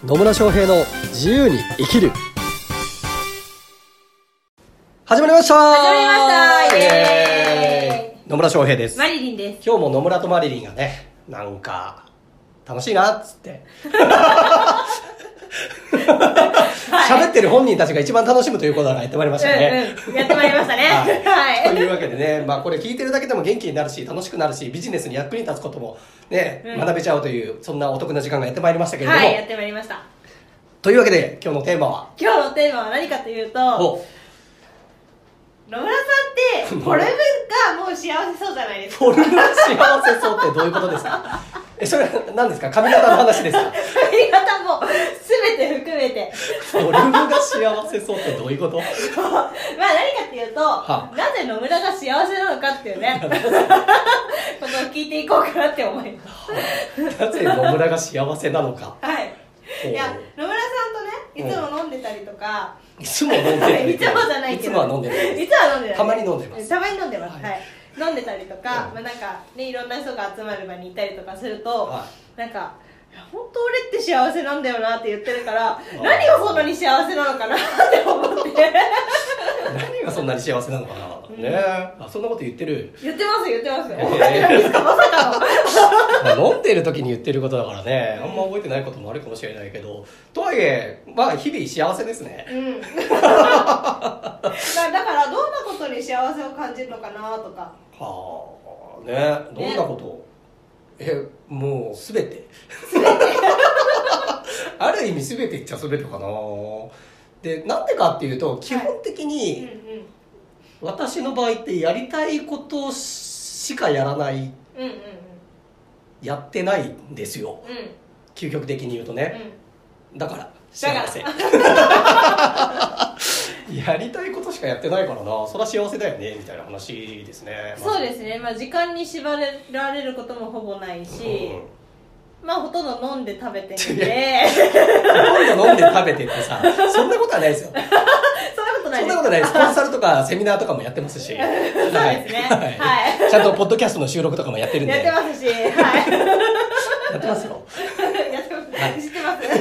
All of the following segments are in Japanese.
野村翔平の自由に生きる。始まりましたイエーイ。 野村翔平です。 マリリンです。 今日も野村とマリリンがね、なんか楽しいなっつって喋ってる本人たちが一番楽しむということがやってまいりましたね。 やってまいりましたね。 はい。というわけでね、これ聞いてるだけでも元気になるし、楽しくなるし、ビジネスに役に立つこともね、学べちゃうという、そんなお得な時間がやってまいりましたけれども。 はい、やってまいりました。 というわけで、今日のテーマは何かというと、野村さんってフォルムがもう幸せそうじゃないですか。 フォルムが幸せそうってどういうことですか？それは何ですか？髪型の話ですか？ 髪型も全て含めてフォルムが幸せそうってどういうこと？ 何かっていうと、なぜ野村が幸せなのかっていうねことを聞いていこうかなって思います。 なぜ野村が幸せなのか。 はい。いや、野村さんとね、いつも飲んでたりとか、 いつも飲んでる。 いつもじゃないけど、 いつもは飲んでない。 いつは飲んでない。 たまに飲んでます。 たまに飲んでます。はい。飲んでたりとか、 うん、 なんかね、いろんな人が集まる場にいたりとかすると、なんか本当俺って幸せなんだよなって言ってるから、何がそんなに幸せなのかなって思って何がそんなに幸せなのかな、ね、そんなこと言ってる。 言ってます何ですか、まさかの飲んでる時に言ってることだからね、あんま覚えてないこともあるかもしれないけど、とはいえ日々幸せですね。 だからどんなことに幸せを感じるのかなとか。 はあね、どんなこと、もう全てある意味全て言っちゃ全てかな。で、なんでかっていうと、基本的に、私の場合ってやりたいことしかやらない、やってないんですよ、究極的に言うとね、だから幸せやりたいことしかやってないからな、そりゃ幸せだよねみたいな話ですね。 そうですね、時間に縛られることもほぼないし、ほとんど飲んで食べてみてほとんど飲んで食べてってさ、そんなことはないですよそんなことないです。 コンサルとかセミナーとかもやってますしそうですね、はい、 ちゃんとポッドキャストの収録とかもやってるんで。 やってますし、はいやってますよやってます、知って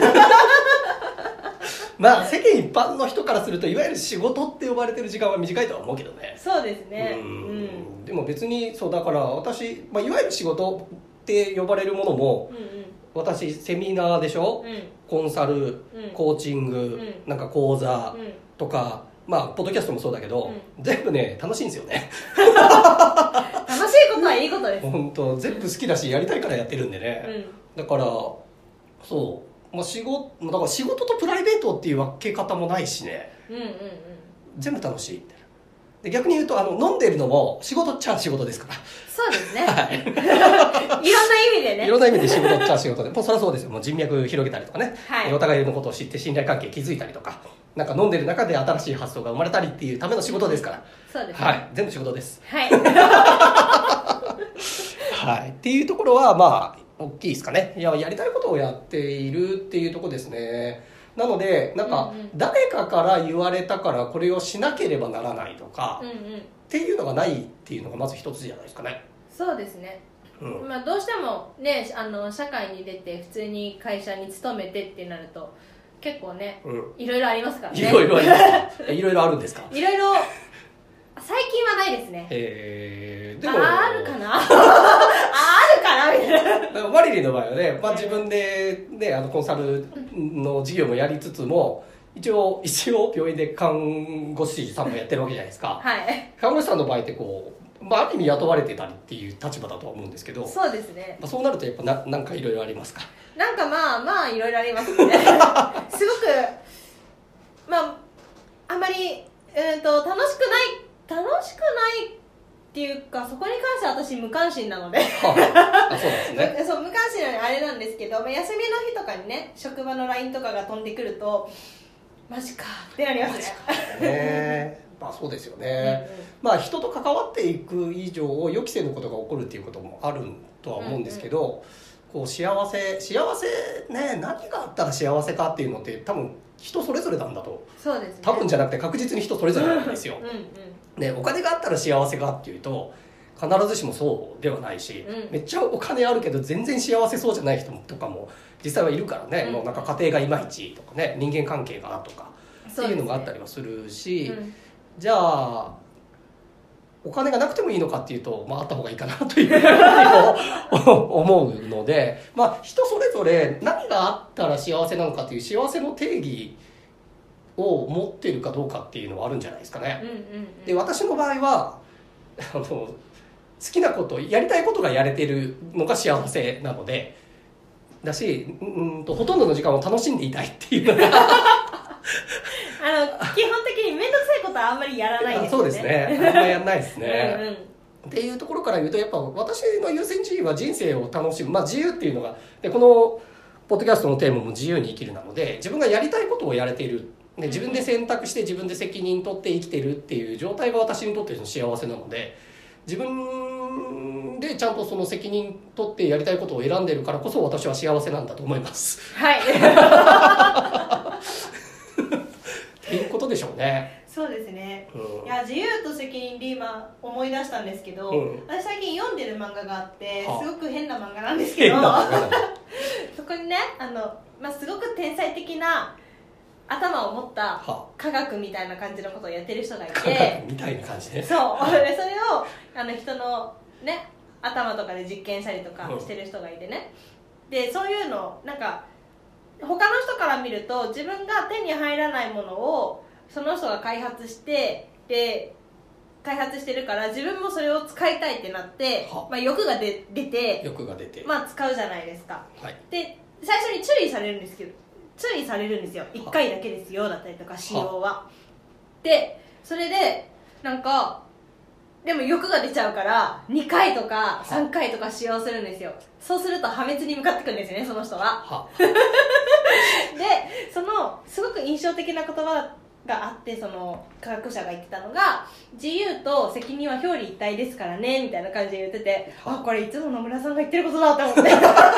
ます。世間一般の人からすると、いわゆる仕事って呼ばれてる時間は短いとは思うけどね。 そうですね。 でも別にそうだから、私、いわゆる仕事って呼ばれるものも、私セミナーでしょ、コンサル、コーチング、なんか講座とか、ポッドキャストもそうだけど、全部ね楽しいんですよね楽しいことはいいことです。 本当全部好きだし、やりたいからやってるんでね、だからそう、仕事とプライベートっていう分け方もないしね、全部楽しいみたいな。で、逆に言うと飲んでるのも仕事っちゃ仕事ですから。 そうですね、いろんな意味でね、 いろんな意味で仕事っちゃ仕事で、もうそりゃそうですよ。もう人脈広げたりとかね、お互いのことを知って信頼関係築いたりとか、なんか飲んでる中で新しい発想が生まれたりっていうための仕事ですから。 そうですね、 はい、全部仕事です。 はいはい、っていうところは大きいですかね。やりたいことをやっているっていうところですね。なので、なんか誰かから言われたからこれをしなければならないとか、っていうのがないっていうのがまず一つじゃないですかね。 そうですね、どうしてもね、社会に出て普通に会社に勤めてってなると結構ね、いろいろありますからね。 いろいろありますか？いろいろあるんですか？ いろいろ最近はないですね。 でもあるかなあるかなみたいな。 マリリンの場合はね、自分で、ね、コンサルの事業もやりつつも、一応病院で看護師さんもやってるわけじゃないですか。看護師さんの場合ってある意味雇われてたりっていう立場だとは思うんですけど。 そうですね、 そうなるとやっぱなんかいろいろありますか？ なんかいろいろありますねすごくあんまり楽しくないっていうか、そこに関しては私無関心なのでそうですねそう、無関心なのであれなんですけど、休みの日とかにね、職場の LINE とかが飛んでくるとマジかってなりますね。 そうですよね、人と関わっていく以上予期せぬことが起こるっていうこともあるとは思うんですけど、幸せね、何があったら幸せかっていうのって多分人それぞれなんだと。 そうですね、 多分じゃなくて確実に人それぞれなんですよね、お金があったら幸せかっていうと、 必ずしもそうではないし、めっちゃお金あるけど全然幸せそうじゃない人とかも実際はいるからね、もうなんか家庭がいまいちとかね、人間関係がとかっていうのがあったりはするし、じゃあお金がなくてもいいのかっていうと、あった方がいいかなというふうに思うので、人それぞれ何があったら幸せなのかっていう幸せの定義を持ってるかどうかっていうのはあるんじゃないですかね。で、私の場合は好きなことやりたいことがやれてるのが幸せなのでだし、ほとんどの時間を楽しんでいたいっていうのが基本的に面倒くさいことはあんまりやらないですね。 そうですね、あんまりやらないですねっていうところから言うと、やっぱ私の優先順位は人生を楽しむ、自由っていうのがで、このポッドキャストのテーマも自由に生きるなので、自分がやりたいことをやれているで、自分で選択して自分で責任取って生きてるっていう状態が私にとっての幸せなので、自分でちゃんとその責任取ってやりたいことを選んでるからこそ私は幸せなんだと思います。 はいっていうことでしょうね。 そうですね、いや自由と責任で今思い出したんですけど、私最近読んでる漫画があって、すごく変な漫画なんですけどそこにねすごく天才的な頭を持った科学みたいな感じのことをやってる人がいて、科学みたいな感じね。 そうそれを人のね頭とかで実験したりとかしてる人がいてね、でそういうのなんか他の人から見ると自分が手に入らないものをその人が開発してで開発してるから自分もそれを使いたいってなって、欲が出て使うじゃないですか、で最初に注意されるんですよ。1回だけですよだったりとか使用はで、それでなんかでも欲が出ちゃうから2回とか3回とか使用するんですよ。そうすると破滅に向かってくるんですよね、その人はで、そのすごく印象的な言葉があって、その科学者が言ってたのが、自由と責任は表裏一体ですからねみたいな感じで言ってて、これいつも野村さんが言ってることだと思って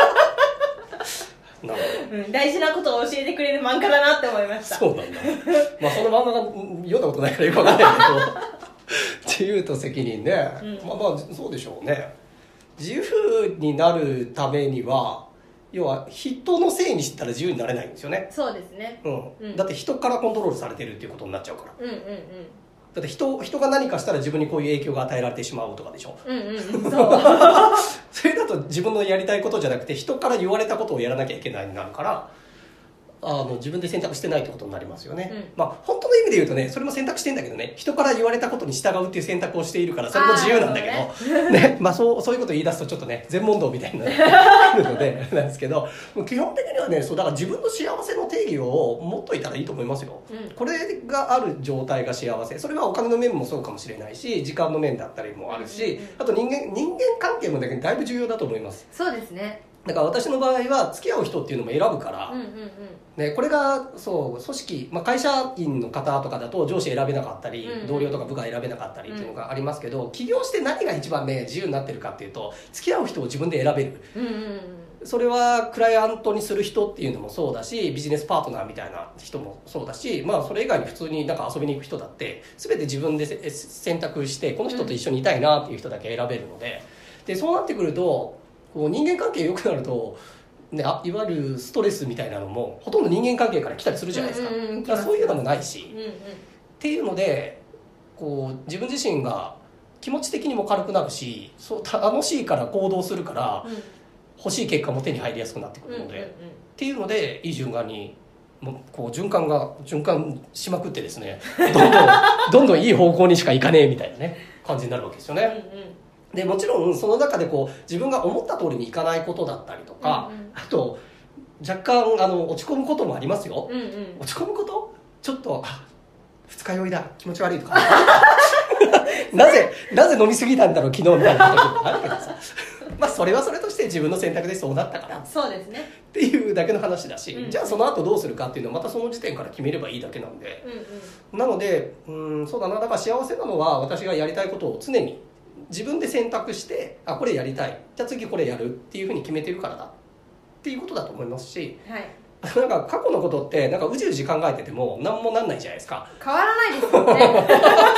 大事なことを教えてくれる漫画だなって思いました。 そうなんだその漫画が読んだことないからよくわかんないけど自由と責任ね、そうでしょうね。自由になるためには要は人のせいにしたら自由になれないんですよね。 そうですね、 だって人からコントロールされてるっていうことになっちゃうから、だって人が何かしたら自分にこういう影響が与えられてしまうとかでしょ。そうそれだと自分のやりたいことじゃなくて人から言われたことをやらなきゃいけないになるから、自分で選択してないってことになりますよね、本当の意味で言うとね、それも選択してんだけどね、人から言われたことに従うっていう選択をしているから、それも自由なんだけどねそういうこと言い出すとちょっとね全問答みたいになるのでなんですけど、基本的にはね、だから自分の幸せの定義を持っといたらいいと思いますよ、これがある状態が幸せ。それはお金の面もそうかもしれないし、時間の面だったりもあるし、あと人間関係もだいぶ重要だと思います。 そうですね。 だから私の場合は付き合う人っていうのも選ぶから、これが組織、会社員の方とかだと上司選べなかったり、同僚とか部下選べなかったりっていうのがありますけど、起業して何が一番ね自由になってるかっていうと、付き合う人を自分で選べる、それはクライアントにする人っていうのもそうだし、ビジネスパートナーみたいな人もそうだし、それ以外に普通になんか遊びに行く人だって全て自分で選択して、この人と一緒にいたいなっていう人だけ選べるので、そうなってくるとこう人間関係良くなると、いわゆるストレスみたいなのもほとんど人間関係から来たりするじゃないですか、だからそういうのもないし、っていうのでこう自分自身が気持ち的にも軽くなるし、楽しいから行動するから、欲しい結果も手に入りやすくなってくるので、っていうのでいい循環にこう循環しまくってですね、どんどんいい方向にしかいかねえみたいなね感じになるわけですよね。でもちろんその中でこう自分が思った通りにいかないことだったりとか、あと若干落ち込むこともありますよ、落ち込むこと、ちょっと二日酔いだ、気持ち悪いとかなぜ飲み過ぎたんだろう昨日みたいなこともあるけどさそれはそれとして自分の選択でそうなったから、 そうですねっていうだけの話だし、じゃあその後どうするかっていうのはまたその時点から決めればいいだけなんで、なのでそうだな、だから幸せなのは私がやりたいことを常に自分で選択して、これやりたい、じゃあ次これやるっていうふうに決めてるからだっていうことだと思いますし、なんか過去のことってなんかうじうじ考えてても何もなんないじゃないですか。 変わらないですよね過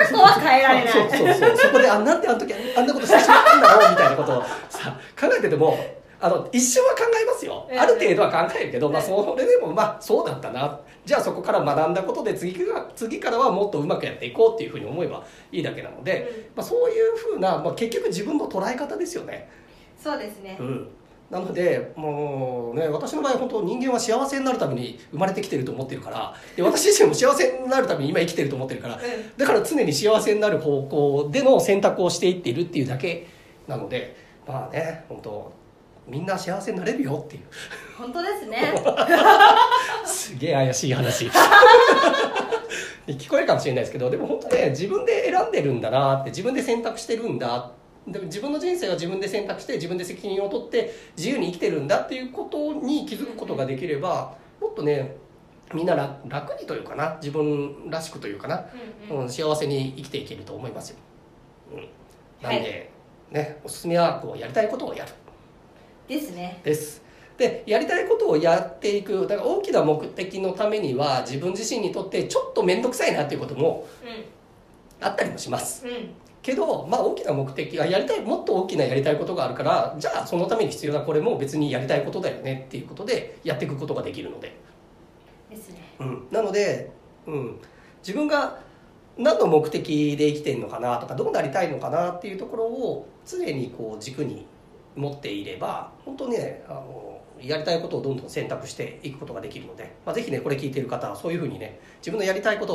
過去は変えられない。 そうそこでなんであの時あんなことしてしまったんだろうみたいなことをさ考えてても一瞬は考えますよ。ある程度は考えるけど、それでもそうだったな、じゃあそこから学んだことで次からはもっとうまくやっていこうっていうふうに思えばいいだけなので、そういうふうな、結局自分の捉え方ですよね。 そうですね、 なのでもうね、私の場合は本当人間は幸せになるために生まれてきてると思ってるから、で私自身も幸せになるために今生きてると思ってるから、だから常に幸せになる方向での選択をしていっているっていうだけなので、本当みんな幸せになれるよっていう。 本当ですねすげえ怪しい話聞こえるかもしれないですけど、でも本当ね、自分で選んでるんだなって、自分で選択してるんだ、でも自分の人生は自分で選択して自分で責任を取って自由に生きてるんだっていうことに気づくことができれば、もっとねみんな楽にというかな、自分らしくというかな、幸せに生きていけると思いますよ。なんで、ね、おすすめはやりたいことをやるですね。 でやりたいことをやっていく、だから大きな目的のためには自分自身にとってちょっと面倒くさいなっていうこともあったりもします、けど、大きな目的はもっと大きなやりたいことがあるから、じゃあそのために必要なこれも別にやりたいことだよねっていうことでやっていくことができるのでですね、 なので、自分が何の目的で生きてるのかなとか、どうなりたいのかなっていうところを常に軸に持っていれば、本当ねやりたいことをどんどん選択していくことができるので、ぜひねこれ聞いている方はそういうふうにね、自分のやりたいこと、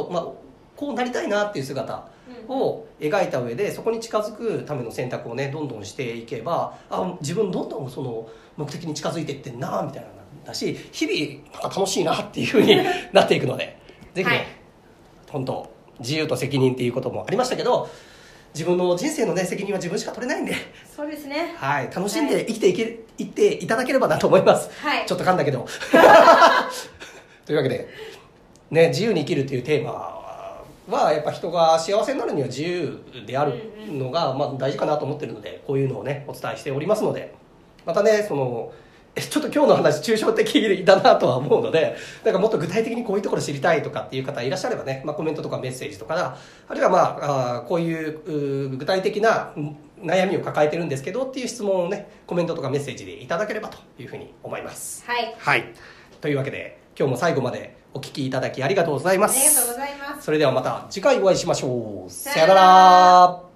こうなりたいなっていう姿を描いた上で、そこに近づくための選択をねどんどんしていけば、自分どんどんその目的に近づいていってんなみたいなのだし、日々楽しいなっていうふうになっていくのでぜひね、本当自由と責任っていうこともありましたけど、自分の人生のね責任は自分しか取れないんで、 そうですね、 楽しんで生きていっていただければなと思います、ちょっと噛んだけどというわけでね、自由に生きるっていうテーマはやっぱ人が幸せになるには自由であるのが大事かなと思ってるので、こういうのをねお伝えしておりますので、またねちょっと今日の話抽象的だなとは思うので、もっと具体的にこういうところ知りたいとかっていう方いらっしゃればね、コメントとかメッセージとか、あるいはこういう具体的な悩みを抱えてるんですけどっていう質問をねコメントとかメッセージでいただければというふうに思います。というわけで今日も最後までお聞きいただきありがとうございます。 ありがとうございます。 それではまた次回お会いしましょう。さよなら。